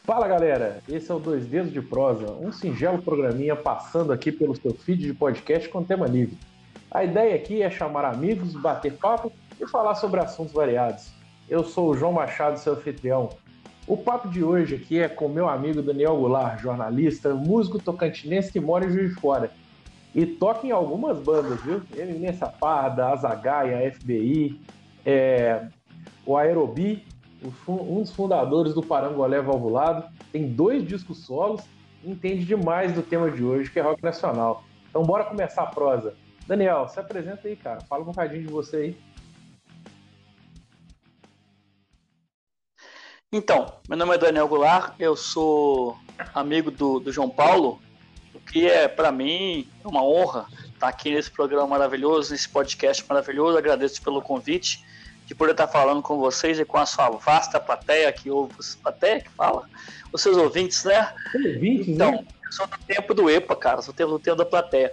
Fala galera, esse é o Dois Dedos de Prosa, um singelo programinha passando aqui pelo seu feed de podcast com tema livre. A ideia aqui é chamar amigos, bater papo e falar sobre assuntos variados. Eu sou o João Machado, seu anfitrião. O papo de hoje aqui é com meu amigo Daniel Goulart, jornalista, músico tocantinense que mora em Juiz de Fora. E toca em algumas bandas, viu? Eminência Parda, Azagaia, FBI, o Aerobi, um dos fundadores do Parangolé Valvulado, tem 2 discos solos e entende demais do tema de hoje, que é rock nacional. Então bora começar a prosa. Daniel, se apresenta aí, cara. Fala um bocadinho de você aí. Então, meu nome é Daniel Goulart, eu sou amigo do João Paulo, o que é, para mim, uma honra estar aqui nesse programa maravilhoso, nesse podcast maravilhoso. Agradeço pelo convite de poder estar falando com vocês e com a sua vasta plateia que ouve, plateia que fala, os seus ouvintes, né? Ouvintes, então, né? Eu sou do tempo do EPA, cara, sou do tempo da plateia.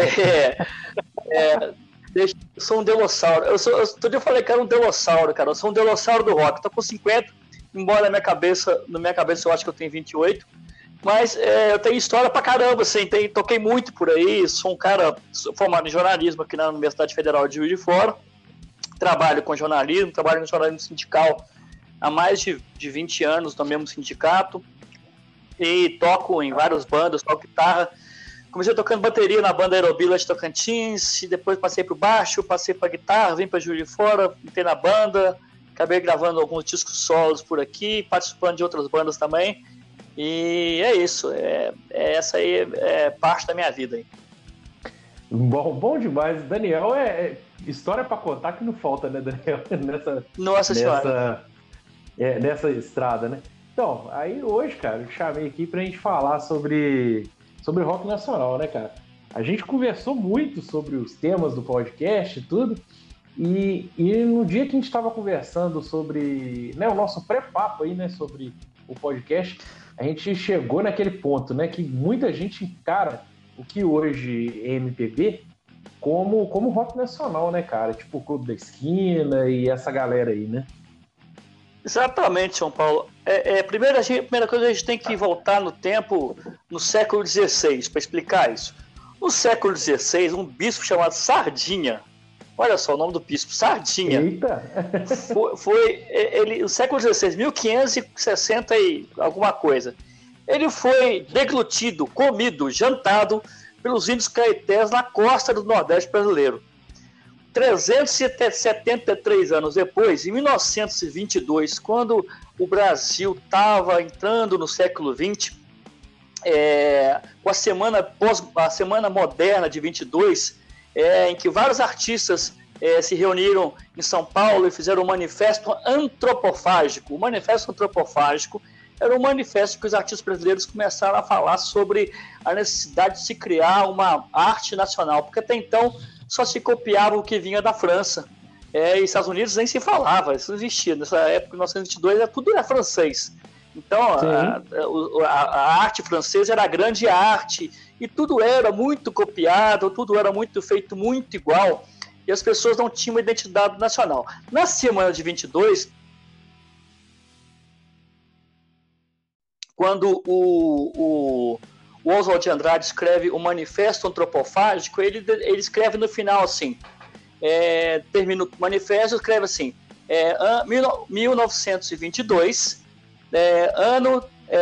Eu sou um delossauro. Todo dia eu falei que era um delossauro, cara. Eu sou um delossauro do rock. Tô com 50, embora na minha cabeça eu acho que eu tenho 28. Mas eu tenho história pra caramba, assim. Toquei muito por aí. Sou um cara formado em jornalismo aqui na Universidade Federal de Juiz de Fora. Trabalho com jornalismo sindical há mais de 20 anos no mesmo sindicato. E toco em várias bandas, toco guitarra. Comecei tocando bateria na banda Aerobila de Tocantins, e depois passei para o baixo, passei para guitarra, vim para Juiz de Fora, entrei na banda, acabei gravando alguns discos solos por aqui, participando de outras bandas também. E é isso, essa aí é parte da minha vida aí. Bom demais. Daniel, história para contar que não falta, né, Daniel? Nossa Senhora. Nessa estrada, né? Então, aí hoje, cara, eu chamei aqui pra gente falar sobre rock nacional, né, cara? A gente conversou muito sobre os temas do podcast e tudo, e no dia que a gente estava conversando sobre, né, o nosso pré-papo aí, né, sobre o podcast, a gente chegou naquele ponto, né, que muita gente encara o que hoje é MPB como rock nacional, né, cara? Tipo o Clube da Esquina e essa galera aí, né? Exatamente, São Paulo. A primeira coisa, a gente tem que voltar no tempo, no século XVI, para explicar isso. No século XVI, um bispo chamado Sardinha, olha só o nome do bispo, Sardinha. Eita! Ele, no século XVI, 1560 e alguma coisa, ele foi deglutido, comido, jantado pelos índios caetés na costa do Nordeste brasileiro. 373 anos depois, em 1922, quando o Brasil estava entrando no século XX, com a semana moderna de 22, em que vários artistas se reuniram em São Paulo e fizeram um manifesto antropofágico. O manifesto antropofágico era um manifesto que os artistas brasileiros começaram a falar sobre a necessidade de se criar uma arte nacional, porque até então só se copiava o que vinha da França. E Estados Unidos nem se falava, isso não existia. Nessa época, em 1922, tudo era francês. Então, a arte francesa era a grande arte, e tudo era muito copiado, tudo era muito feito muito igual, e as pessoas não tinham uma identidade nacional. Na semana de 22, quando o Oswald de Andrade escreve o Manifesto Antropofágico, ele escreve no final assim, termina o manifesto, escreve assim, 1922, ano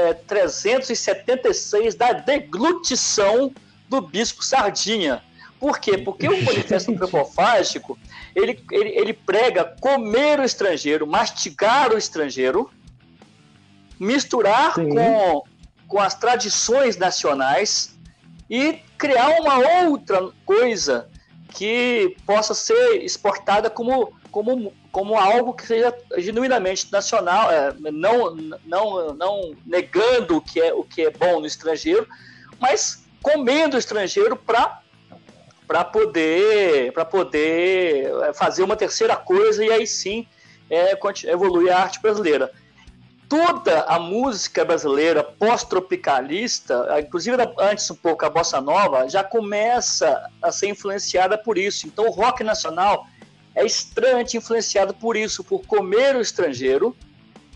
376 da deglutição do bispo Sardinha. Por quê? Porque o Manifesto Antropofágico, ele prega comer o estrangeiro, mastigar o estrangeiro, misturar com as tradições nacionais e criar uma outra coisa que possa ser exportada como algo que seja genuinamente nacional, não negando o que é bom no estrangeiro, mas comendo o estrangeiro para poder fazer uma terceira coisa e aí sim evoluir a arte brasileira. Toda a música brasileira pós-tropicalista, inclusive antes um pouco a bossa nova, já começa a ser influenciada por isso. Então o rock nacional é extremamente influenciado por isso, por comer o estrangeiro,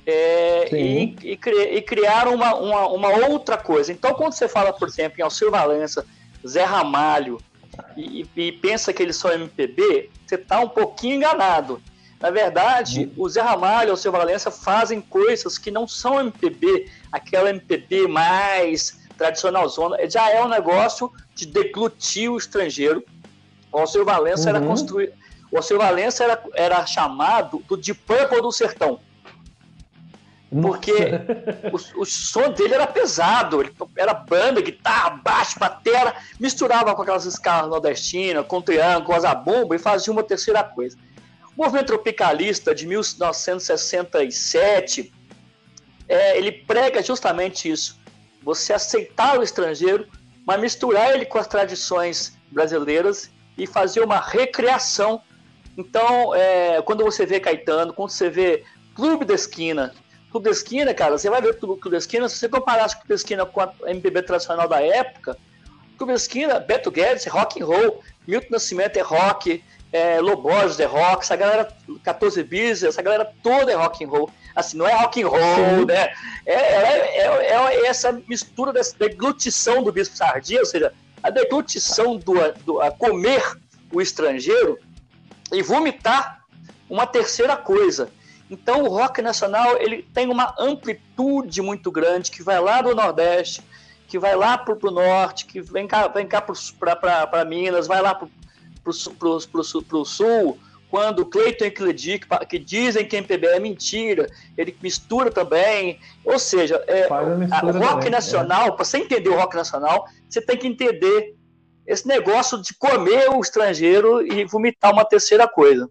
e criaram uma outra coisa. Então, quando você fala, por exemplo, em Alceu Valença, Zé Ramalho, e pensa que eles são MPB, você está um pouquinho enganado. Na verdade, o Zé Ramalho e o Alceu Valença fazem coisas que não são MPB, aquela MPB mais tradicionalzona, já é um negócio de deglutir o estrangeiro. O Alceu Valença era construído. O Alceu Valença era chamado do Deep Purple do sertão. Porque o som dele era pesado, ele era banda, guitarra, baixo, batera, misturava com aquelas escalas nordestinas, com triângulo, com azabumba e fazia uma terceira coisa. O movimento tropicalista de 1967, ele prega justamente isso, você aceitar o estrangeiro, mas misturar ele com as tradições brasileiras e fazer uma recriação. Então, quando você vê Caetano, quando você vê Clube da Esquina, cara, você vai ver o Clube da Esquina, se você comparasse o Clube da Esquina com a MPB tradicional da época, o Clube da Esquina, Beto Guedes é rock and roll, Milton Nascimento é rock, Loborges é rock, essa galera, 14 Bis, essa galera toda é rock and roll. Assim, não é rock and roll, né? É essa mistura dessa deglutição do Bispo Sardinha, ou seja, a deglutição a comer o estrangeiro e vomitar uma terceira coisa. Então, o rock nacional ele tem uma amplitude muito grande, que vai lá do Nordeste, que vai lá para o Norte, que vem cá para Minas, vai lá para o Sul, quando Cleiton e Cledic, que dizem que MPB é mentira, ele mistura também. Ou seja, o rock nacional, para você entender o rock nacional, você tem que entender esse negócio de comer o estrangeiro e vomitar uma terceira coisa.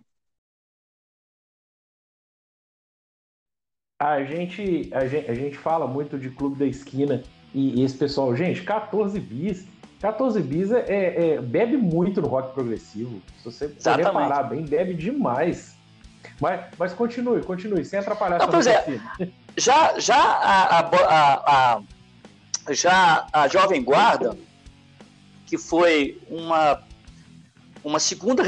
A gente fala muito de Clube da Esquina e esse pessoal, gente, 14 bis bebe muito no rock progressivo. Se você for reparar bem, bebe demais. Mas continue, sem atrapalhar essa raciocínio. Já a Jovem Guarda, que foi uma segunda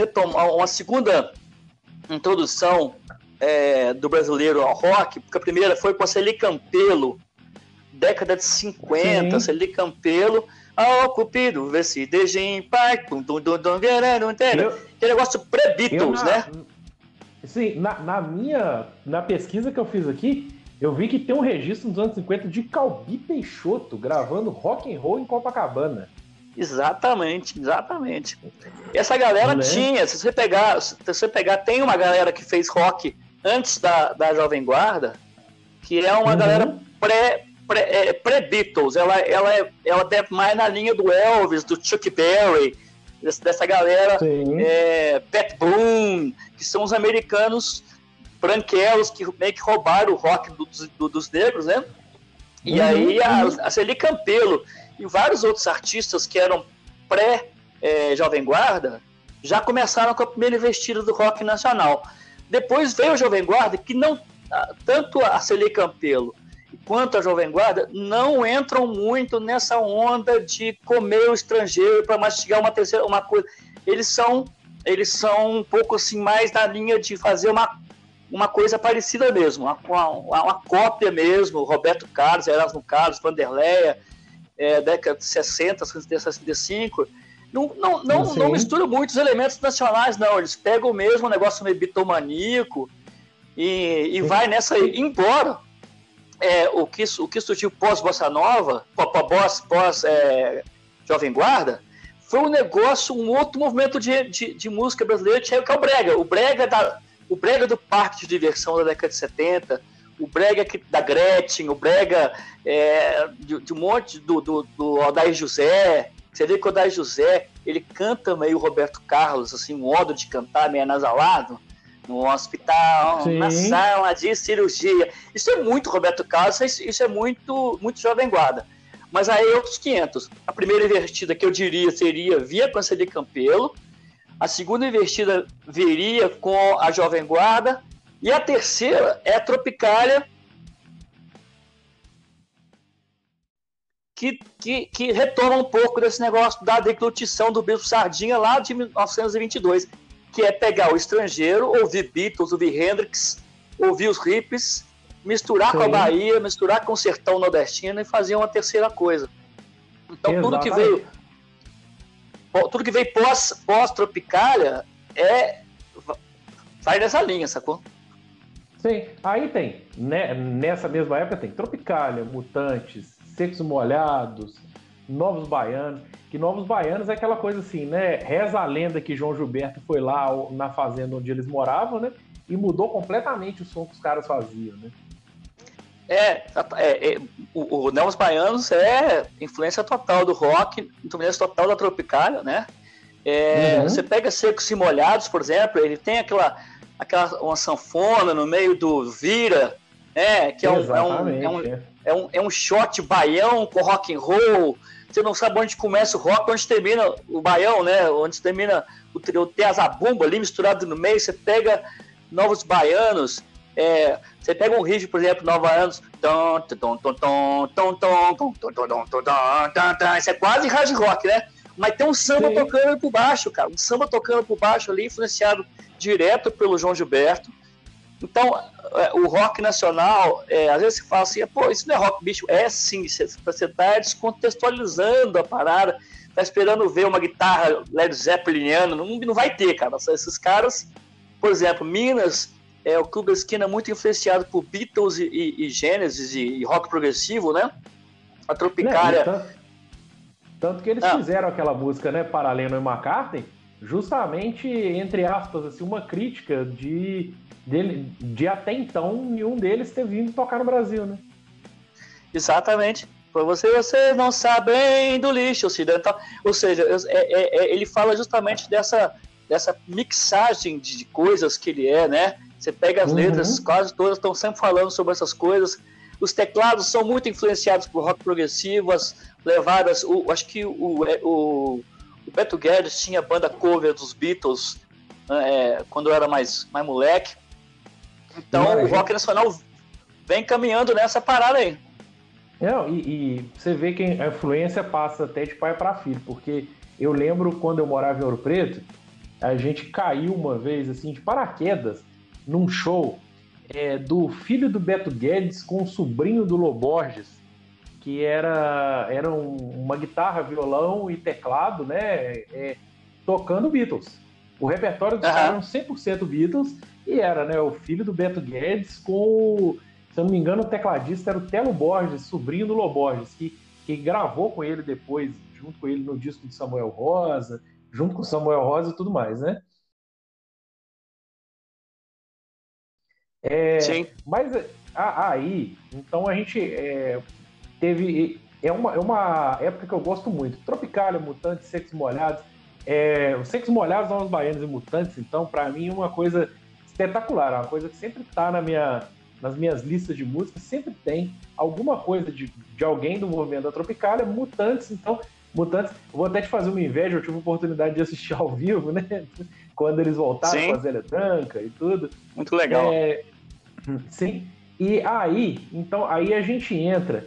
introdução do brasileiro ao rock, porque a primeira foi com a Celi Campelo, década de 50, Celi Campelo, ao Cupido, vê se deixa em paz, que negócio pré-Beatles, né? Sim, na pesquisa que eu fiz aqui, eu vi que tem um registro nos anos 50 de Calbi Peixoto gravando rock and roll em Copacabana. Exatamente. Essa galera tinha, se você pegar, tem uma galera que fez rock antes da Jovem Guarda, que é uma galera pré-Beatles, ela deve mais na linha do Elvis, do Chuck Berry, dessa galera, Pat Boone, que são os americanos branquelos que meio que roubaram o rock dos negros, né? E aí a Celi Campelo e vários outros artistas que eram pré-Jovem Guarda já começaram com a primeira investida do rock nacional. Depois veio a Jovem Guarda, que não, tanto a Celi Campelo quanto a Jovem Guarda não entram muito nessa onda de comer o estrangeiro para mastigar uma coisa. Eles são um pouco assim mais na linha de fazer uma coisa parecida mesmo, uma cópia mesmo. Roberto Carlos, Erasmo Carlos, Vanderleia, década de 60, 65, não misturam muitos elementos nacionais, não. Eles pegam mesmo um negócio meio bitomaníaco e vai nessa aí. Embora o que surgiu pós-Bossa Nova, pós-Jovem Guarda, foi um outro movimento de música brasileira, que é o brega. O brega do parque de diversão da década de 70, o brega da Gretchen, o brega de um monte do Odair José. Você vê que o Odair José, ele canta meio Roberto Carlos, assim, um modo de cantar meio anasalado, no hospital, na sala de cirurgia. Isso é muito Roberto Carlos, isso é muito, muito Jovem Guarda. Mas aí outros 500. A primeira investida que eu diria via com a Celi Campelo, a segunda investida viria com a Jovem Guarda, e a terceira é a Tropicália, que retoma um pouco desse negócio da deglutição do Bispo Sardinha lá de 1922, que é pegar o estrangeiro, ouvir Beatles, ouvir Hendrix, ouvir os hippies, misturar Sim. com a Bahia, misturar com o sertão nordestino e fazer uma terceira coisa. Então, Exatamente. tudo que veio pós-Tropicália vai nessa linha, sacou? Sim, aí tem, né, nessa mesma época tem Tropicália, Mutantes, Secos e Molhados, Novos Baianos, que Novos Baianos é aquela coisa assim, né, reza a lenda que João Gilberto foi lá na fazenda onde eles moravam, né, e mudou completamente o som que os caras faziam, né. O Novos Baianos é influência total do rock, influência total da Tropicália, né? Você pega Secos e Molhados, por exemplo, ele tem uma sanfona no meio do vira, né? Que é um shot baião com rock and roll. Você não sabe onde começa o rock, onde termina o baião, né? Onde termina tem a zabumba ali misturado no meio. Você pega Novos Baianos, você pega um riff, por exemplo, Novos Baianos, isso é quase hard rock, né? Mas tem um samba tocando por baixo, cara. Um samba tocando por baixo ali, influenciado direto pelo João Gilberto. Então, o rock nacional, às vezes você fala assim, pô, isso não é rock, bicho. É sim, você está descontextualizando a parada, tá esperando ver uma guitarra Led Zeppeliniana, não vai ter, cara. Esses caras, por exemplo, Minas, o Clube da Esquina é muito influenciado por Beatles e Genesis e rock progressivo, né? A Tropicália... Tanto que eles fizeram aquela música, né, para Lennon e McCartney, justamente, entre aspas, assim, uma crítica de até então nenhum deles ter vindo tocar no Brasil, né? Exatamente. Por você não sabem do lixo ocidental. Ou seja, ele fala justamente dessa mixagem de coisas que ele né? Você pega as letras, quase todas estão sempre falando sobre essas coisas. Os teclados são muito influenciados por rock progressivo, levadas. Acho que o Beto Guedes tinha banda cover dos Beatles quando eu era mais moleque. Então o rock nacional vem caminhando nessa parada aí. E você vê que a influência passa até de pai para filho, porque eu lembro quando eu morava em Ouro Preto, a gente caiu uma vez assim de paraquedas num show do filho do Beto Guedes com o sobrinho do Lô Borges, que era uma guitarra, violão e teclado, né, tocando Beatles. O repertório dos caras eram 100% Beatles, e era, né, o filho do Beto Guedes com, se eu não me engano, o tecladista era o Telo Borges, sobrinho do Lô Borges, que gravou com ele depois, junto com ele no disco de Samuel Rosa, junto com Samuel Rosa e tudo mais, né? Sim. Mas aí, então a gente teve... É uma época que eu gosto muito. Tropicália, Mutantes, Secos Molhados. Os Secos Molhados, Novos Baianos e Mutantes, então, para mim, é uma coisa espetacular. É uma coisa que sempre está nas minhas listas de música. Sempre tem alguma coisa de alguém do movimento da Tropicália. Mutantes, então... Mutantes, vou até te fazer uma inveja, eu tive a oportunidade de assistir ao vivo, né? Quando eles voltaram com a Zélia Branca e tudo. Muito legal. Sim. E aí a gente entra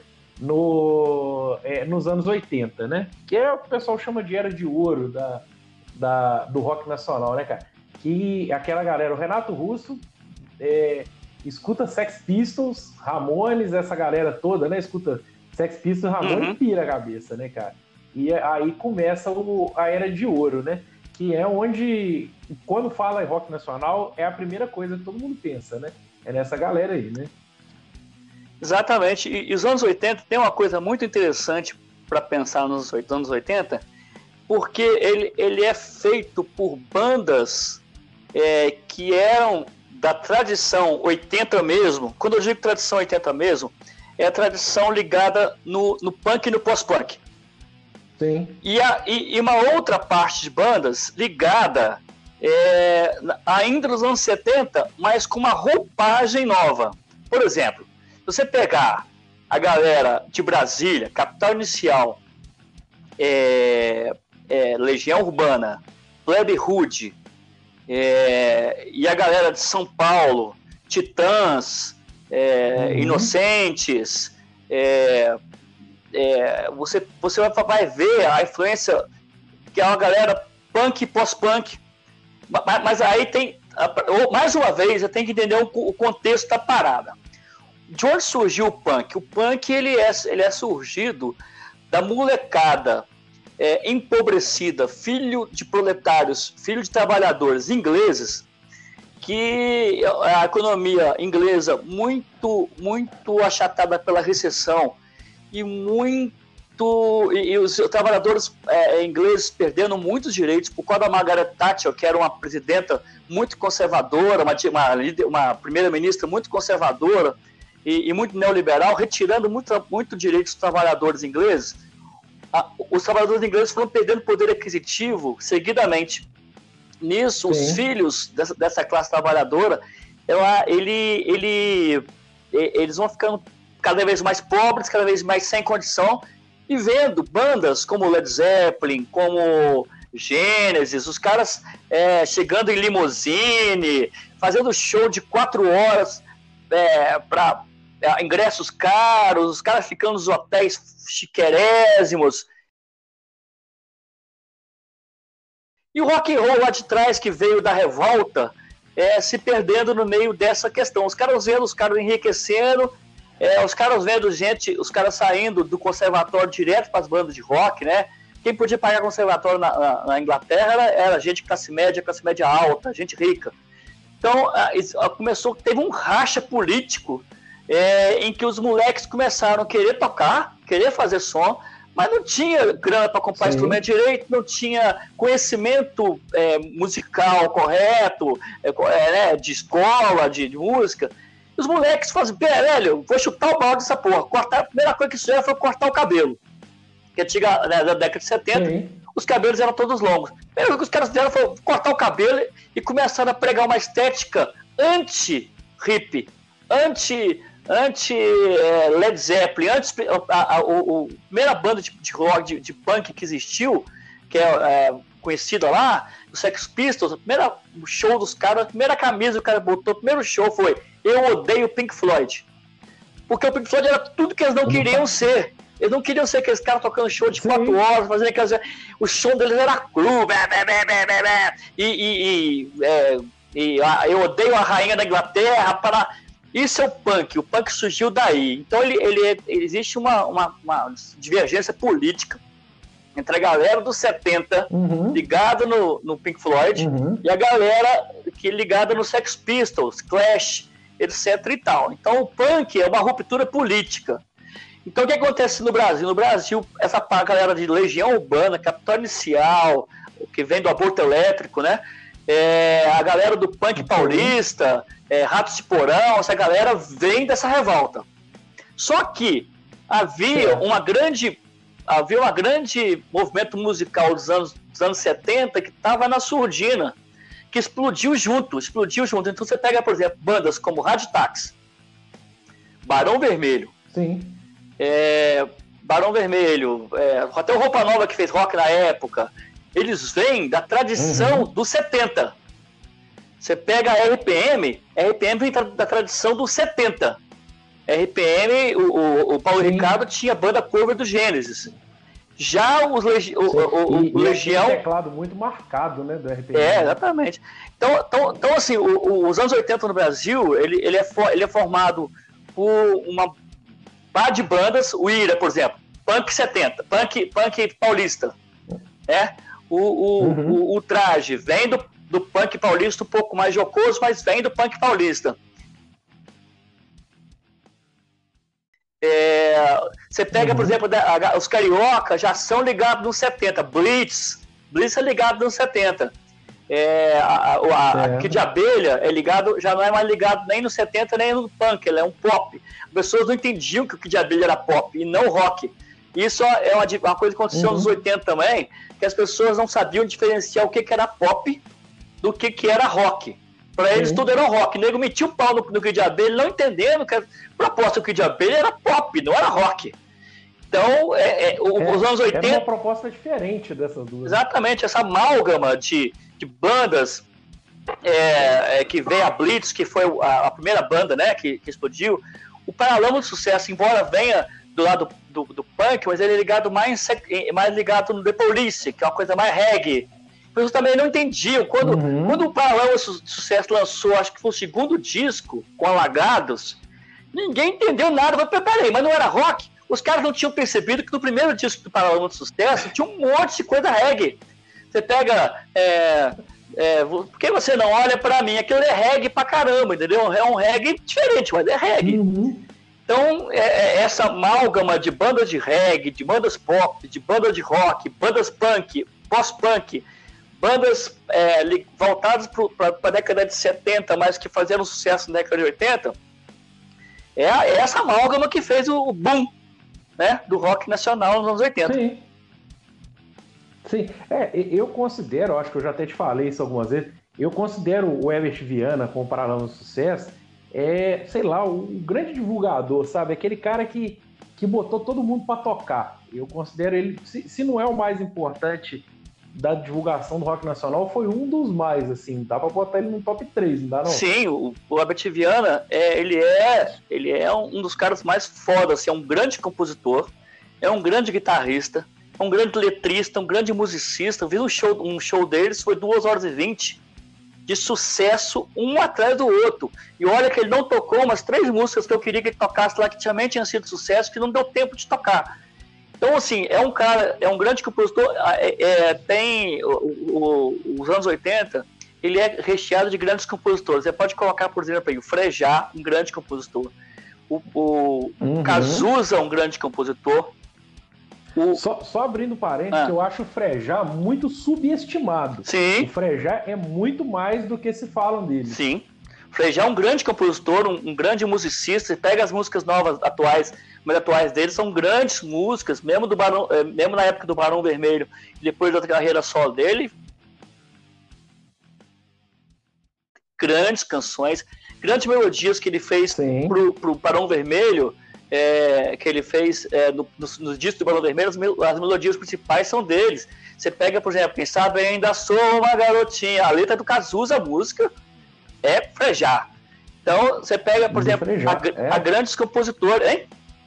nos anos 80, né? Que é o que o pessoal chama de era de ouro do rock nacional, né, cara? Que aquela galera, o Renato Russo escuta Sex Pistols, Ramones, essa galera toda, né? Escuta Sex Pistols, Ramones e pira a cabeça, né, cara? E aí começa a Era de Ouro, né? Que é onde, quando fala em rock nacional, é a primeira coisa que todo mundo pensa, né? É nessa galera aí, né? Exatamente. E os anos 80 tem uma coisa muito interessante para pensar nos anos 80, porque ele é feito por bandas que eram da tradição 80 mesmo. Quando eu digo tradição 80 mesmo, é a tradição ligada no punk e no pós-punk. Sim. E uma outra parte de bandas ligada ainda nos anos 70, mas com uma roupagem nova. Por exemplo, se você pegar a galera de Brasília, Capital Inicial, Legião Urbana, Plebe Rude, e a galera de São Paulo, Titãs, Inocentes, você vai ver a influência que é uma galera punk e pós-punk, mas aí tem, mais uma vez, você tem que entender o contexto da parada. de onde surgiu o punk? O punk ele é surgido da molecada empobrecida, filho de proletários, filho de trabalhadores ingleses, que a economia inglesa muito achatada pela recessão e os trabalhadores ingleses perdendo muitos direitos por causa da Margaret Thatcher, que era uma presidenta muito conservadora, uma primeira-ministra muito conservadora e muito neoliberal, retirando muito direito dos trabalhadores ingleses. Os trabalhadores ingleses foram perdendo poder aquisitivo seguidamente. Nisso, Sim. Os filhos dessa classe trabalhadora, eles vão ficando cada vez mais pobres, cada vez mais sem condição, e vendo bandas como Led Zeppelin, como Genesis, os caras chegando em limusine, fazendo show de 4 horas para ingressos caros, os caras ficando nos hotéis chiquerésimos. E o rock and roll lá de trás, que veio da revolta, se perdendo no meio dessa questão. Os caras vendo os caras enriquecendo, os caras vendo os caras saindo do conservatório direto para as bandas de rock, né? Quem podia pagar conservatório na Inglaterra era gente classe média alta, gente rica. Então, teve um racha político em que os moleques começaram a querer tocar, querer fazer som, mas não tinha grana para comprar Sim. instrumento direito, não tinha conhecimento musical correto, de escola, de música. E os moleques falam assim, velho, vou chutar o balde dessa porra. A primeira coisa que isso foi cortar o cabelo. Porque na década de 70, Sim. os cabelos eram todos longos. A primeira coisa que os caras fizeram foi cortar o cabelo e começaram a pregar uma estética anti-hippie, anti-Led Zeppelin, a primeira banda de rock, de punk que existiu, que conhecida lá, o Sex Pistols, o primeiro show dos caras, a primeira camisa que o cara botou, o primeiro show foi Eu Odeio Pink Floyd. Porque o Pink Floyd era tudo que eles não queriam ser. Eles não queriam ser aqueles caras tocando show de 4 horas, fazendo aquelas... O show deles era cru, Eu Odeio a Rainha da Inglaterra, Isso é o punk surgiu daí. Então existe uma divergência política entre a galera dos 70, ligada no Pink Floyd, e a galera que é ligada no Sex Pistols, Clash, etc e tal. Então o punk é uma ruptura política. Então o que acontece no Brasil? No Brasil, essa galera de Legião Urbana, Capital Inicial, que vem do aborto elétrico, né? A galera do punk paulista, Ratos de Porão, essa galera vem dessa revolta. Só que havia um grande movimento musical dos anos 70 que estava na surdina, que explodiu junto. Então você pega, por exemplo, bandas como Raditax, Barão Vermelho, Sim. Barão Vermelho, até o Roupa Nova que fez rock na época, eles vêm da tradição dos 70. Você pega a RPM vem da tradição dos 70. RPM, o Paulo Sim. Ricardo tinha banda cover do Gênesis. Já o Legião... Tem um teclado muito marcado, né, do RPM. Exatamente. Então assim, os anos 80 no Brasil, ele é formado por uma par de bandas, o Ira, por exemplo, Punk 70, Punk paulista, O Traje vem do punk paulista um pouco mais jocoso, mas vem do punk paulista. Você pega, por exemplo, os carioca já são ligados nos 70, Blitz é ligado nos 70. Kid de Abelha já não é mais ligado nem no 70 nem no punk, ele é um pop. As pessoas não entendiam que o Kid de Abelha era pop e não rock. Isso é uma coisa que aconteceu nos 80 também, que as pessoas não sabiam diferenciar o que era pop do que era rock. Para eles tudo era rock. O nego metia o pau no Kid de Abelha, não entendendo que a proposta do Kid de Abelha era pop, não era rock. Então, os anos 80... Era uma proposta diferente dessas duas. Exatamente, essa amálgama de bandas que veio a Blitz, que foi a primeira banda, né, que explodiu. O Paralama do Sucesso, embora venha do lado do punk, mas ele é ligado mais ligado no The Police, que é uma coisa mais reggae. As pessoas também não entendiam. Quando o Paralama do Sucesso lançou, acho que foi o segundo disco, com Alagados, Ninguém entendeu nada. Mas peraí, mas não era rock? Os caras não tinham percebido que no primeiro disco do Paralamas de Sucesso tinha um monte de coisa reggae. Você pega... por que você não olha pra mim? Aquilo é reggae pra caramba, entendeu? É um reggae diferente, mas é reggae. Uhum. Então, essa amálgama de bandas de reggae, de bandas pop, de bandas de rock, bandas punk, pós-punk, bandas voltadas para a década de 70, mas que faziam sucesso na década de 80, é essa amálgama que fez o boom, né, do rock nacional nos anos 80. Sim. Sim, eu considero, acho que eu já até te falei isso algumas vezes, eu considero o Herbert Viana como Paralamas de Sucesso, sei lá, o grande divulgador, sabe? Aquele cara que botou todo mundo para tocar. Eu considero ele, se não é o mais importante da divulgação do rock nacional, foi um dos mais, assim, dá para botar ele no top 3, não dá não? Sim, o Herbert Viana, ele é um dos caras mais fodas, assim, é um grande compositor, é um grande guitarrista, um grande letrista, um grande musicista. Eu vi um show deles, foi 2 horas e 20 de sucesso, um atrás do outro. E olha que ele não tocou umas 3 músicas que eu queria que ele tocasse lá, que também tinham sido sucesso, que não deu tempo de tocar. Então, assim, é um grande compositor. Tem os anos 80, ele é recheado de grandes compositores. Você pode colocar, por exemplo, aí, o Frejá, um grande compositor. O Cazuza, um grande compositor. Só abrindo parênteses, eu acho o Frejá muito subestimado. Sim. O Frejá é muito mais do que se falam dele. Sim. O Frejá é um grande compositor, um grande musicista. Você pega as músicas novas, atuais, mas atuais dele são grandes músicas, mesmo na época do Barão Vermelho, depois da carreira solo dele. Grandes canções, grandes melodias que ele fez pro Barão Vermelho. Que ele fez nos discos do Balão Vermelho, as melodias principais são deles. Você pega, por exemplo, quem sabe ainda sou uma garotinha, a letra do Cazuza, a música é Frejá. Então, você pega, por exemplo, a grandes compositores, hein?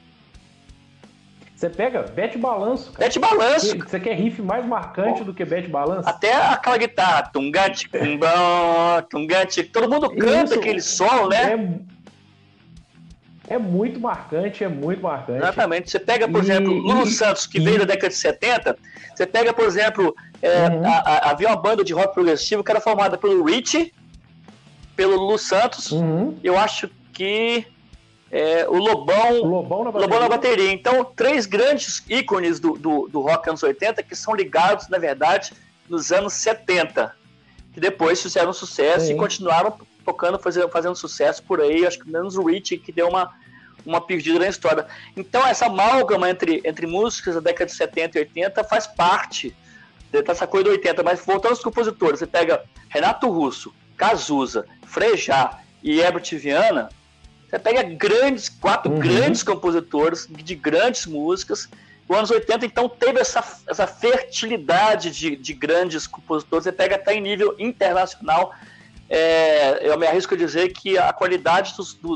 Você pega Bete Balanço. Cara. Bete Balanço. Você quer riff mais marcante do que Bete Balanço? Até aquela guitarra, tungante, tungante, todo mundo canta aquele solo, né? É muito marcante, Exatamente. Você pega, por exemplo, Lulu Santos, que veio da década de 70. Você pega, por exemplo, havia uma banda de rock progressivo que era formada pelo Rich, pelo Lulu Santos, eu acho que o Lobão na bateria. Então, 3 grandes ícones do rock anos 80 que são ligados, na verdade, nos anos 70, que depois fizeram sucesso e continuaram tocando, fazendo sucesso por aí. Acho que menos o Rich, que deu uma perdida na história. Então, essa amálgama entre músicas da década de 70 e 80 faz parte dessa coisa do 80. Mas voltando aos compositores, você pega Renato Russo, Cazuza, Frejá e Herbert Viana, você pega 4 grandes compositores de grandes músicas. Nos anos 80, então, teve essa fertilidade de grandes compositores. Você pega até em nível internacional. Eu me arrisco a dizer que a qualidade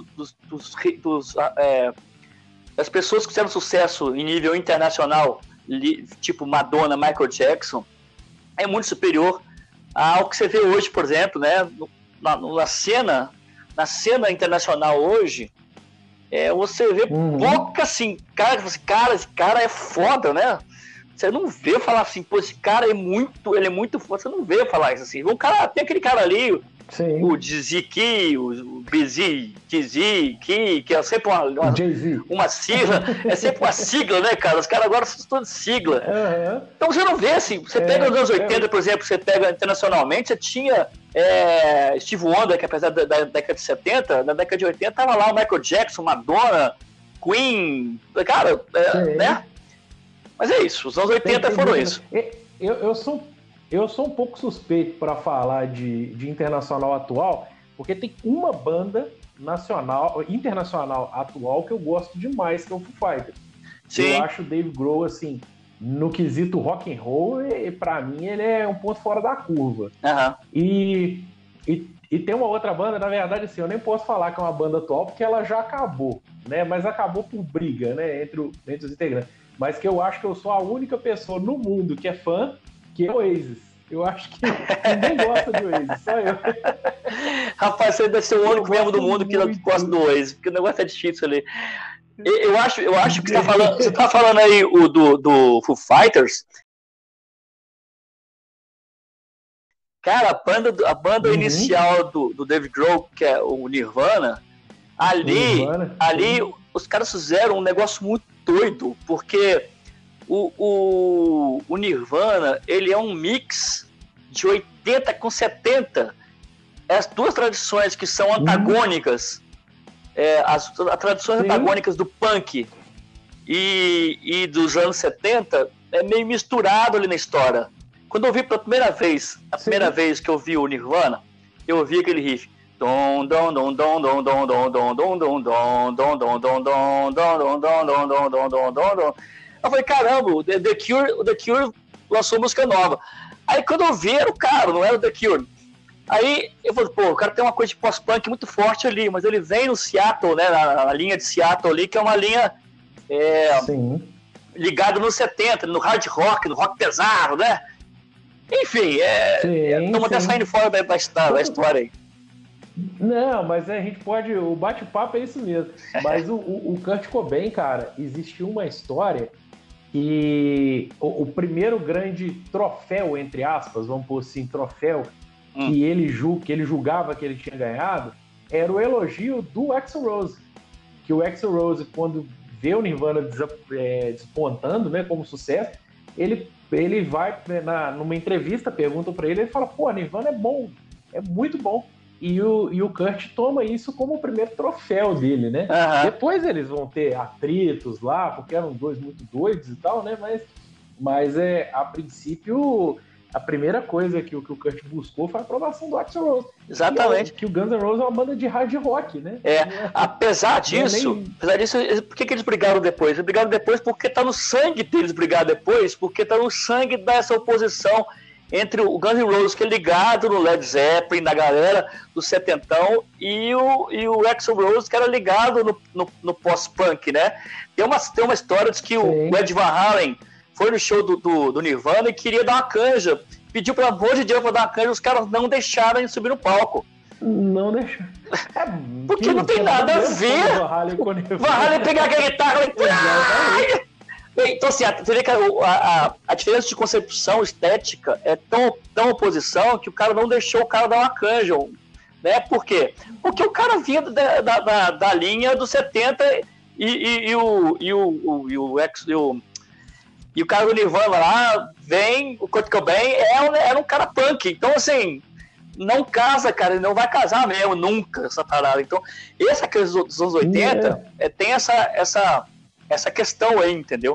das pessoas que fizeram sucesso em nível internacional, tipo Madonna, Michael Jackson, é muito superior ao que você vê hoje, por exemplo, né? Na cena internacional hoje, você vê pouca assim, esse cara é foda, né? Você não vê falar assim, pô, esse cara ele é muito foda, você não vê falar isso assim. Tem aquele cara ali, o Dizzy, o Busy, Dizzy, que é sempre uma sigla, é sempre uma sigla, né, cara? Os caras agora são todos sigla. Então você não vê assim, você pega nos anos 80, por exemplo, você pega internacionalmente, você tinha Steve Wonder, que apesar da década de 70, na década de 80 tava lá o Michael Jackson, Madonna, Queen, cara, né? Mas é isso, os anos 80 foram isso. Eu sou um pouco suspeito para falar de internacional atual, porque tem uma banda internacional atual que eu gosto demais, que é o Foo Fighters. Sim. Eu acho o Dave Grohl, assim, no quesito rock and roll, para mim ele é um ponto fora da curva. E tem uma outra banda, na verdade, assim, eu nem posso falar que é uma banda atual, porque ela já acabou, né? Mas acabou por briga, né, entre os integrantes. Mas que eu acho que eu sou a única pessoa no mundo que é fã, que é o Oasis. Eu acho que ninguém gosta de Oasis, só eu. Rapaz, você deve ser o único membro do mundo que gosta do Oasis, porque o negócio é difícil ali. Eu acho que você tá falando aí do Foo Fighters. Cara, a banda inicial do Dave Grohl, que é o Nirvana, ali os caras fizeram um negócio muito doido, porque o Nirvana, ele é um mix de 80 com 70. As duas tradições que são antagônicas, as tradições antagônicas do punk e dos anos 70, é meio misturado ali na história. Quando eu vi pela primeira vez, primeira vez que eu vi o Nirvana, eu ouvi aquele riff. Eu falei, caramba, o The Cure lançou música nova. Aí quando eu vi, era o cara, não era o The Cure. Aí eu falei, pô, o cara tem uma coisa de pós-punk muito forte ali, mas ele vem no Seattle, né, na linha de Seattle ali, que é uma linha ligada nos 70, no hard rock, no rock pesado, né? Enfim, estamos até saindo fora da história aí. Não, mas a gente pode... O bate-papo é isso mesmo. Mas o Kurt Cobain, cara, existiu uma história que o primeiro grande troféu, entre aspas, vamos pôr assim, troféu, que ele julgava que ele tinha ganhado, era o elogio do Axl Rose. Que o Axl Rose, quando vê o Nirvana despontando, né, como sucesso, ele vai numa entrevista, perguntam pra ele fala, pô, Nirvana é bom, é muito bom. E o Kurt toma isso como o primeiro troféu dele, né? Depois eles vão ter atritos lá, porque eram dois muito doidos e tal, né? Mas a princípio, a primeira coisa que o Kurt buscou foi a aprovação do Axl Rose. Exatamente. Que o Guns N' Roses é uma banda de hard rock, né? Apesar disso, por que eles brigaram depois? Eles brigaram depois porque tá no sangue deles brigar depois, porque tá no sangue dessa oposição entre o Guns N' Roses, que é ligado no Led Zeppelin, da galera do setentão, e o Axl Rose, que era ligado no pós-punk, né? Tem uma história de que o Ed Van Halen foi no show do Nirvana e queria dar uma canja, pediu pelo amor de Deus pra dar uma canja, os caras não deixaram ele subir no palco. Não deixa. Porque não tem nada a ver. Van Halen pegar aquela guitarra e... Então, assim, você vê que a diferença de concepção estética é tão oposição que o cara não deixou o cara dar uma canja, né? Por quê? Porque o cara vinha da linha dos 70 e o cara do Nirvana lá vem, o Kurt Cobain era um cara punk. Então, assim, não casa, cara, ele não vai casar mesmo, nunca, essa parada. Então, essa coisa dos anos 80 tem essa questão aí, entendeu?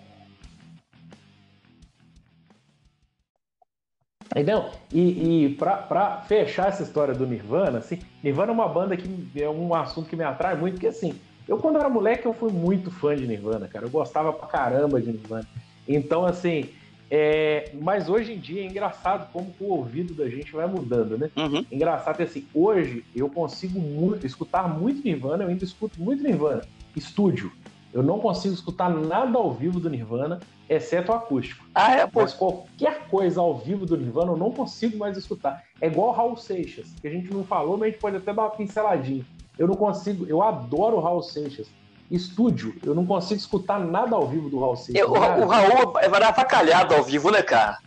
Então, e pra fechar essa história do Nirvana, assim, Nirvana é uma banda que é um assunto que me atrai muito, porque assim, eu quando era moleque eu fui muito fã de Nirvana, cara, eu gostava pra caramba de Nirvana. Então, assim, mas hoje em dia é engraçado como o ouvido da gente vai mudando, né? Engraçado que assim, hoje eu consigo escutar muito Nirvana, eu ainda escuto muito Nirvana, estúdio. Eu não consigo escutar nada ao vivo do Nirvana, exceto o acústico. Mas qualquer coisa ao vivo do Nirvana eu não consigo mais escutar. É igual o Raul Seixas, que a gente não falou, mas a gente pode até dar uma pinceladinha. Eu não consigo, eu adoro o Raul Seixas. Estúdio, eu não consigo escutar nada ao vivo do Raul Seixas. O Raul vai dar facalhado ao vivo, né, cara?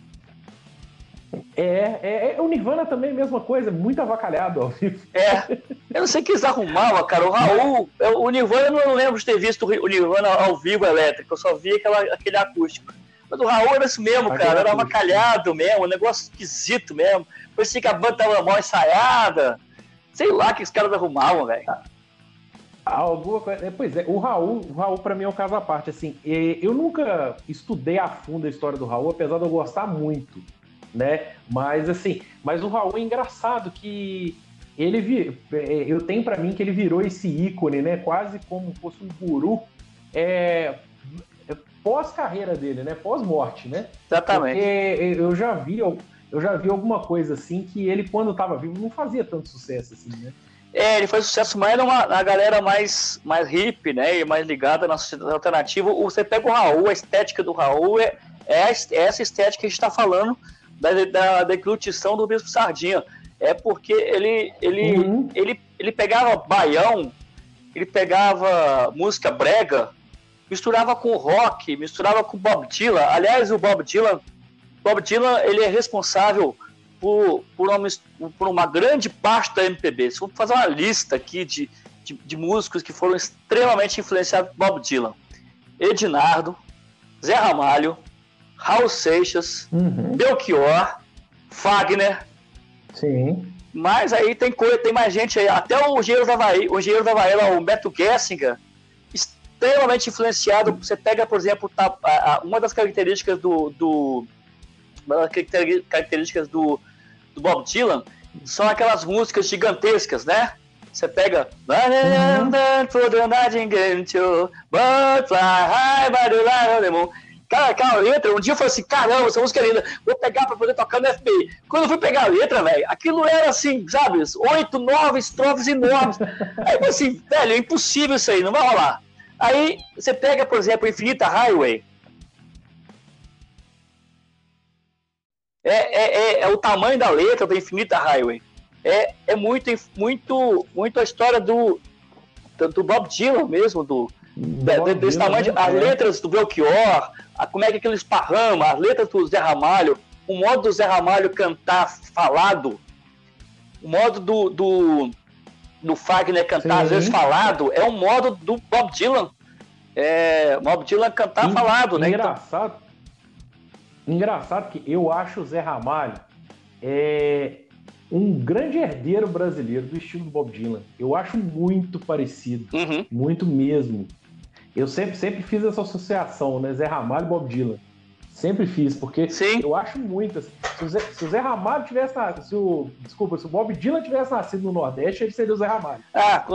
O Nirvana também é a mesma coisa, muito avacalhado ao vivo. Eu não sei o que eles arrumavam, cara. O Raul, o Nirvana, eu não lembro de ter visto o Nirvana ao vivo elétrico, eu só vi aquele acústico. Mas o Raul era isso mesmo, cara, era avacalhado mesmo, um negócio esquisito mesmo. Parecia que a banda tava mal ensaiada. Sei lá o que os caras arrumavam, velho. Alguma coisa. Pois é, o Raul pra mim é um caso à parte, assim. Eu nunca estudei a fundo a história do Raul, apesar de eu gostar muito, né? Mas o Raul é engraçado que eu tenho pra mim que ele virou esse ícone, né? Quase como fosse um guru pós-carreira dele, né? Pós-morte, né? Exatamente. Porque eu já vi alguma coisa assim que ele, quando tava vivo, não fazia tanto sucesso assim, né? Ele faz sucesso mais na galera mais hippie, né? E mais ligada na sociedade alternativa. Você pega o Raul, a estética do Raul essa estética que a gente tá falando da deglutição do Bispo Sardinha. é porque ele pegava baião, ele pegava música brega, misturava com rock, misturava com Bob Dylan. Aliás, o Bob Dylan, ele é responsável por uma grande parte da MPB. Se vamos fazer uma lista aqui de músicos que foram extremamente influenciados por Bob Dylan: Ednardo, Zé Ramalho, Raul Seixas, Belchior, Fagner. Sim. Mas aí tem mais gente aí, até o Engenheiro do Havaí, o Humberto Gessinger, extremamente influenciado. Você pega, por exemplo, uma das características do Bob Dylan são aquelas músicas gigantescas, né? Você pega Cara, aquela letra, um dia eu falei assim, caramba, essa música é linda, vou pegar pra poder tocar no FBI. Quando eu fui pegar a letra, velho, aquilo era assim, sabe, 8, 9 estrofes enormes. Aí eu falei assim, velho, é impossível isso aí, não vai rolar. Aí você pega, por exemplo, Infinita Highway. É o tamanho da letra do Infinita Highway. É muito a história do Bob Dylan mesmo, desse tamanho, as letras do Belchior, como é que aquilo esparrama, as letras do Zé Ramalho, o modo do Zé Ramalho cantar falado, o modo do Fagner cantar às vezes falado, é um modo do Bob Dylan. Bob Dylan cantar falado, né? Engraçado que eu acho o Zé Ramalho um grande herdeiro brasileiro do estilo do Bob Dylan. Eu acho muito parecido, muito mesmo. Eu sempre fiz essa associação, né? Zé Ramalho e Bob Dylan. Sempre fiz, porque eu acho muito. Assim, se o Zé Ramalho tivesse nascido. Se o Bob Dylan tivesse nascido no Nordeste, ele seria o Zé Ramalho.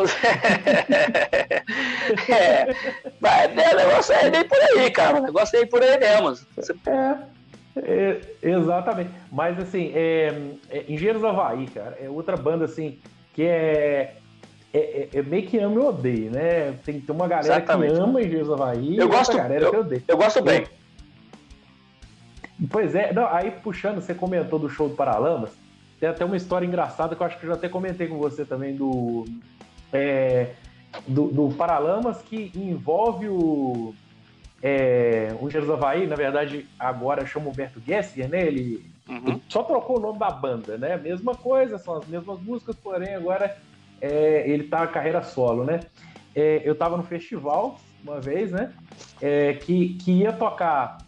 Mas o negócio é nem por aí, cara. O negócio é nem por aí mesmo. Exatamente. Mas assim, Engenheiros do Havaí, cara, é outra banda assim que é meio que ama e odeia, né? Tem uma galera que ama Engenheiros do Havaí e outra galera que odeia. Eu gosto bem. Pois é, não, aí puxando, você comentou do show do Paralamas, tem até uma história engraçada que eu acho que eu já até comentei com você também do Paralamas, que envolve o Engenheiros do Havaí. Na verdade, agora chama Humberto Gessinger, né? Ele só trocou o nome da banda, né? Mesma coisa, são as mesmas músicas, porém agora ele tá na carreira solo, né? Eu tava no festival uma vez, né? Que ia tocar.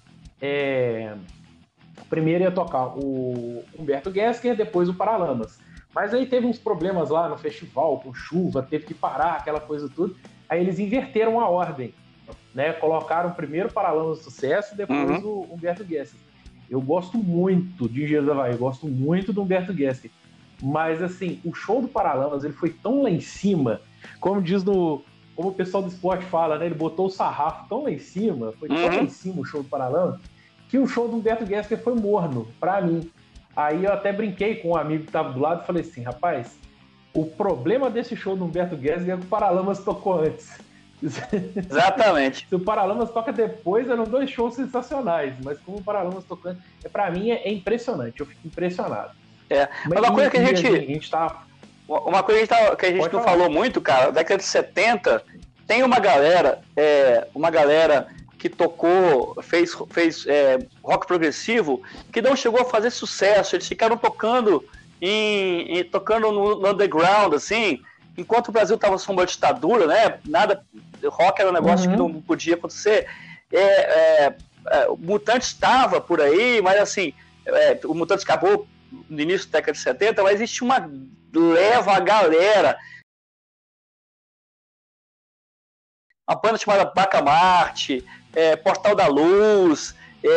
Primeiro ia tocar o Humberto Gessinger, depois o Paralamas. Mas aí teve uns problemas lá no festival, com chuva, teve que parar, aquela coisa tudo. Aí eles inverteram a ordem, né? Colocaram primeiro o Paralamas do Sucesso, depois o Humberto Gessinger. Eu gosto muito de Engenheiros do Havaí, gosto muito do Humberto Gessinger. Mas, assim, o show do Paralamas, ele foi tão lá em cima, como o pessoal do esporte fala, né? Ele botou o sarrafo tão lá em cima, foi tão lá em cima o show do Paralamas, que o show do Humberto Gessinger foi morno, pra mim. Aí eu até brinquei com um amigo que tava do lado e falei assim, rapaz, o problema desse show do Humberto Gessinger é que o Paralamas tocou antes. Exatamente. Se o Paralamas toca depois, eram 2 shows sensacionais, mas como o Paralamas tocando, pra mim é impressionante, eu fico impressionado. Mas uma coisa que a gente não falou muito, cara, década de 70, tem uma galera que tocou, fez rock progressivo, que não chegou a fazer sucesso. Eles ficaram tocando tocando no underground, assim, enquanto o Brasil estava sob uma ditadura, né? Nada, rock era um negócio que não podia acontecer. O Mutantes estava por aí, mas assim, o Mutantes acabou no início da década de 70, mas existe uma galera. Uma banda chamada Bacamarte, Portal da Luz,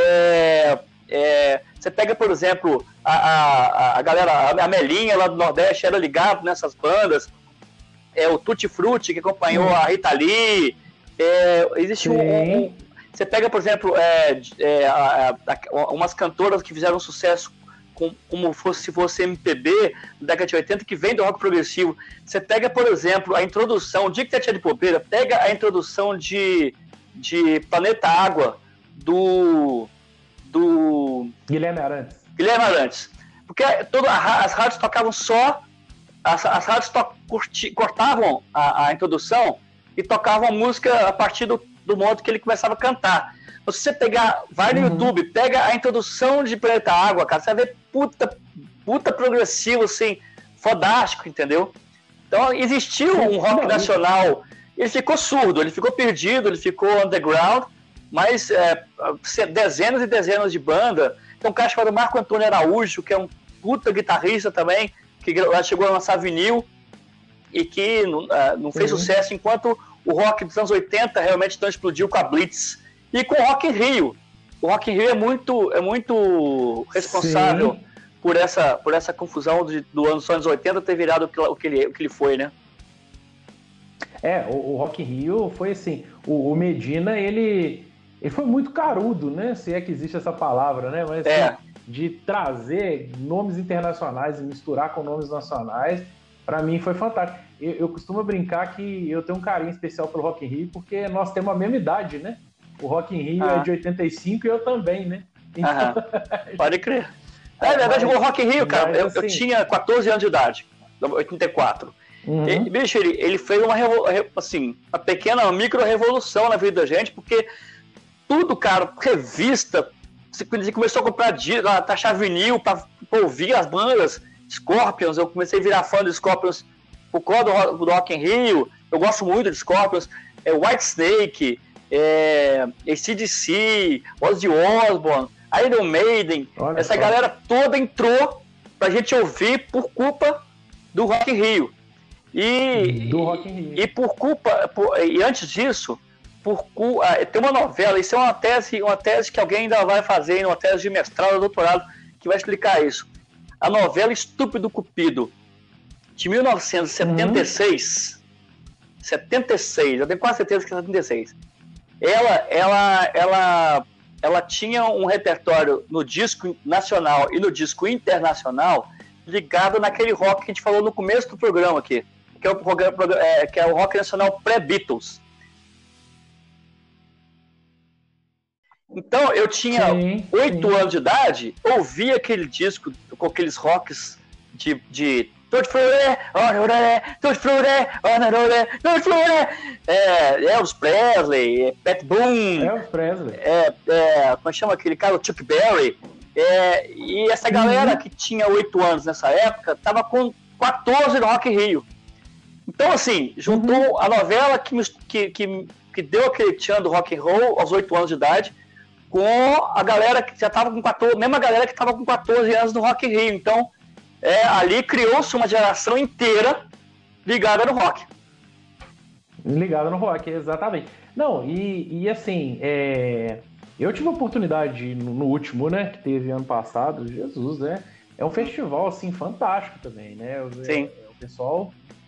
você pega, por exemplo, a galera, a Melinha lá do Nordeste era ligado nessas bandas, o Tutti Frutti, que acompanhou a Rita Lee, existe você pega, por exemplo, umas cantoras que fizeram sucesso como se fosse MPB da década de 80, que vem do rock progressivo. Você pega, por exemplo, a introdução, o dia que tá de bobeira, pega a introdução de Planeta Água do Guilherme Arantes. Porque as rádios tocavam só, as rádios cortavam a introdução e tocavam a música a partir do modo que ele começava a cantar. Se você vai no YouTube, pega a introdução de Planeta Água, cara, você vai ver puta progressivo, assim, fodástico, entendeu? Então, existiu um rock nacional, ele ficou surdo, ele ficou perdido, ele ficou underground, mas dezenas e dezenas de banda. Tem um cara chamado Marco Antônio Araújo, que é um puta guitarrista também, que chegou a lançar vinil e que não fez sucesso, enquanto o rock dos anos 80 realmente não explodiu com a Blitz. E com o Rock in Rio. O Rock in Rio é muito responsável por essa confusão dos anos 80 ter virado o que ele foi, né? O Rock in Rio foi assim, o Medina, ele foi muito carudo, né? Se é que existe essa palavra, né? Mas de trazer nomes internacionais e misturar com nomes nacionais, para mim foi fantástico. Eu costumo brincar que eu tenho um carinho especial pelo Rock in Rio, porque nós temos a mesma idade, né? O Rock in Rio é de 85 e eu também, né? Então... Pode crer. Na verdade, o Rock in Rio, cara, assim... eu tinha 14 anos de idade, 84. E, bicho, ele fez uma pequena micro-revolução na vida da gente, porque tudo, cara, revista, você começou a comprar taxar vinil para ouvir as bandas, Scorpions, eu comecei a virar fã de Scorpions por causa do Rock in Rio, eu gosto muito de Scorpions, Whitesnake, AC/DC, Ozzy Osbourne, Iron Maiden, essa galera toda entrou pra gente ouvir por culpa do Rock in Rio. E por culpa, e antes disso, tem uma novela, isso é uma tese que alguém ainda vai fazer, uma tese de mestrado ou doutorado, que vai explicar isso. A novela Estúpido Cupido, de 1976, 76, eu tenho quase certeza que é 76. Ela tinha um repertório no disco nacional e no disco internacional ligado naquele rock que a gente falou no começo do programa aqui, que é o rock nacional pré-Beatles. Então, eu tinha 8 anos de idade, ouvia aquele disco com aqueles rocks de Elvis Presley, Pat Boone, Elvis Presley, como chama aquele cara, o Chuck Berry, e essa galera que tinha 8 anos nessa época tava com 14 no Rock in Rio. Então, assim, juntou a novela que deu aquele tchan do rock and roll aos 8 anos de idade com a galera que já tava com 14, mesma galera que tava com 14 anos no Rock in Rio. Então, ali criou-se uma geração inteira ligada no rock. Ligada no rock, exatamente. Não, e assim, eu tive a oportunidade no último, né, que teve ano passado, Jesus, né? É um festival, assim, fantástico também, né? Sim. O pessoal...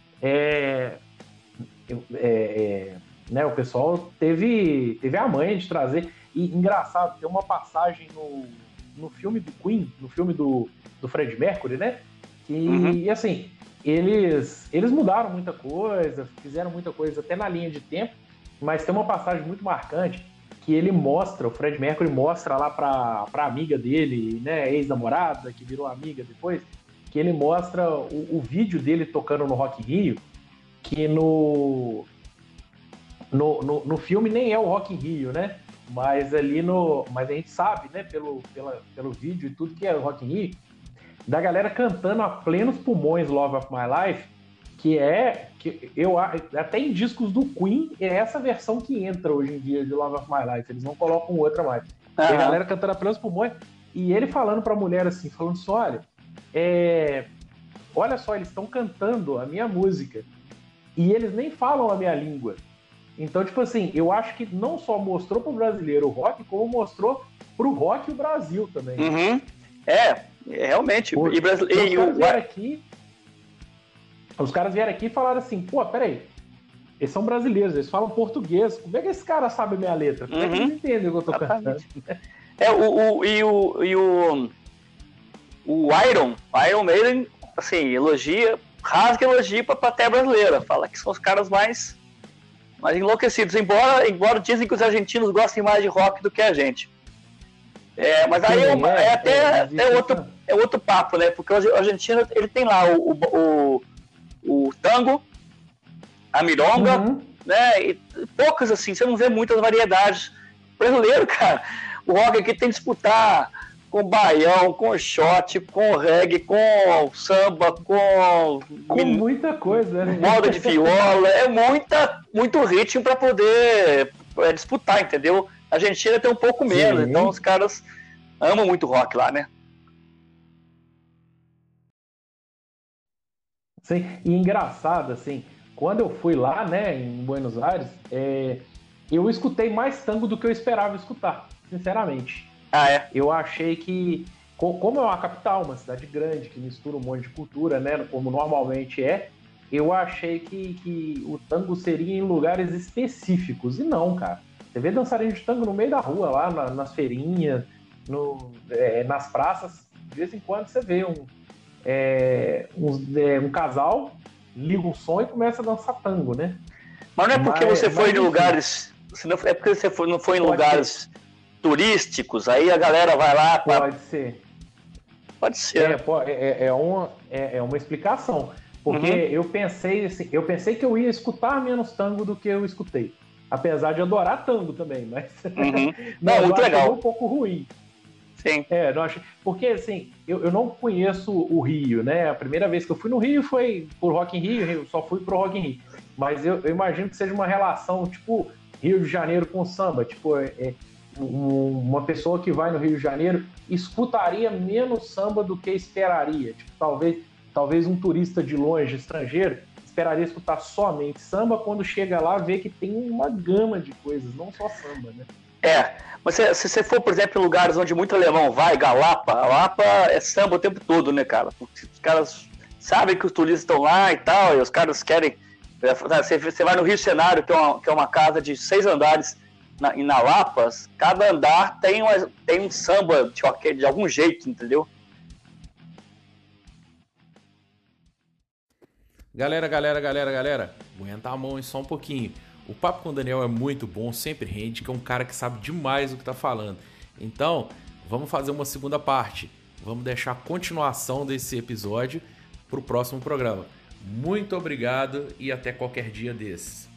né, o pessoal teve a manha de trazer... E engraçado, tem uma passagem no filme do Queen, no filme do Freddie Mercury, né? Que, assim, eles mudaram muita coisa, fizeram muita coisa até na linha de tempo, mas tem uma passagem muito marcante que o Freddie Mercury mostra lá pra amiga dele, né, ex-namorada, que virou amiga depois, que ele mostra o vídeo dele tocando no Rock in Rio, que no filme nem é o Rock in Rio, né? Mas mas a gente sabe, né, pelo vídeo e tudo que é o Rock in Rio, da galera cantando a plenos pulmões Love of My Life, que eu até em discos do Queen é essa versão que entra hoje em dia de Love of My Life, eles não colocam outra mais. E a galera cantando a plenos pulmões, e ele falando pra mulher assim, falando assim, olha só, eles estão cantando a minha música, e eles nem falam a minha língua. Então, tipo assim, eu acho que não só mostrou pro brasileiro o rock, como mostrou pro rock o Brasil também. Realmente. Os caras vieram aqui e falaram assim, pô, peraí, eles são brasileiros, eles falam português, como é que esse cara sabe a minha letra? Como é que eles entendem o que eu tô cantando? O Iron Maiden, assim, rasga elogio pra plateia brasileira, fala que são os caras mais enlouquecidos, embora dizem que os argentinos gostem mais de rock do que a gente. Mas aí até é outro papo, né? Porque o argentino, ele tem lá o tango, a milonga, né? E poucas, assim, você não vê muitas variedades. O brasileiro, cara, o rock aqui tem que disputar com baião, com shot, com reggae, com samba, com muita coisa, né? Moda de viola, é muito ritmo para poder disputar, entendeu? A Argentina tem um pouco menos, então os caras amam muito rock lá, né? Sim, e engraçado, assim, quando eu fui lá, né, em Buenos Aires, eu escutei mais tango do que eu esperava escutar, sinceramente. Ah, é? Eu achei que, como é uma capital, uma cidade grande, que mistura um monte de cultura, né, como normalmente é, eu achei que o tango seria em lugares específicos. E não, cara. Você vê dançarino de tango no meio da rua, lá nas feirinhas, nas praças. De vez em quando você vê um casal, liga um som e começa a dançar tango, né? Mas não é porque você foi em lugares... É porque você não foi em lugares turísticos, aí a galera vai lá... Pode ser. Pode ser. É uma explicação. Porque eu pensei que eu ia escutar menos tango do que eu escutei. Apesar de adorar tango também, mas... Não, muito legal. Um pouco ruim. Sim. Não achei... Porque, assim, eu não conheço o Rio, né? A primeira vez que eu fui no Rio foi por Rock in Rio, eu só fui pro Rock in Rio. Mas eu imagino que seja uma relação, tipo, Rio de Janeiro com samba. Tipo, uma pessoa que vai no Rio de Janeiro escutaria menos samba do que esperaria. Tipo, talvez um turista de longe, estrangeiro, esperaria escutar somente samba, quando chega lá vê que tem uma gama de coisas, não só samba, né? Mas se você for, por exemplo, em lugares onde muito alemão vai, Galapa, a Lapa é samba o tempo todo, né, cara? Porque os caras sabem que os turistas estão lá e tal, e os caras querem... Você vai no Rio Cenário, que é uma casa de 6 andares na Lapa, cada andar tem um samba de algum jeito, entendeu? Galera, aguenta a mão aí só um pouquinho. O papo com o Daniel é muito bom, sempre rende, que é um cara que sabe demais o que tá falando. Então, vamos fazer uma segunda parte. Vamos deixar a continuação desse episódio pro próximo programa. Muito obrigado e até qualquer dia desses.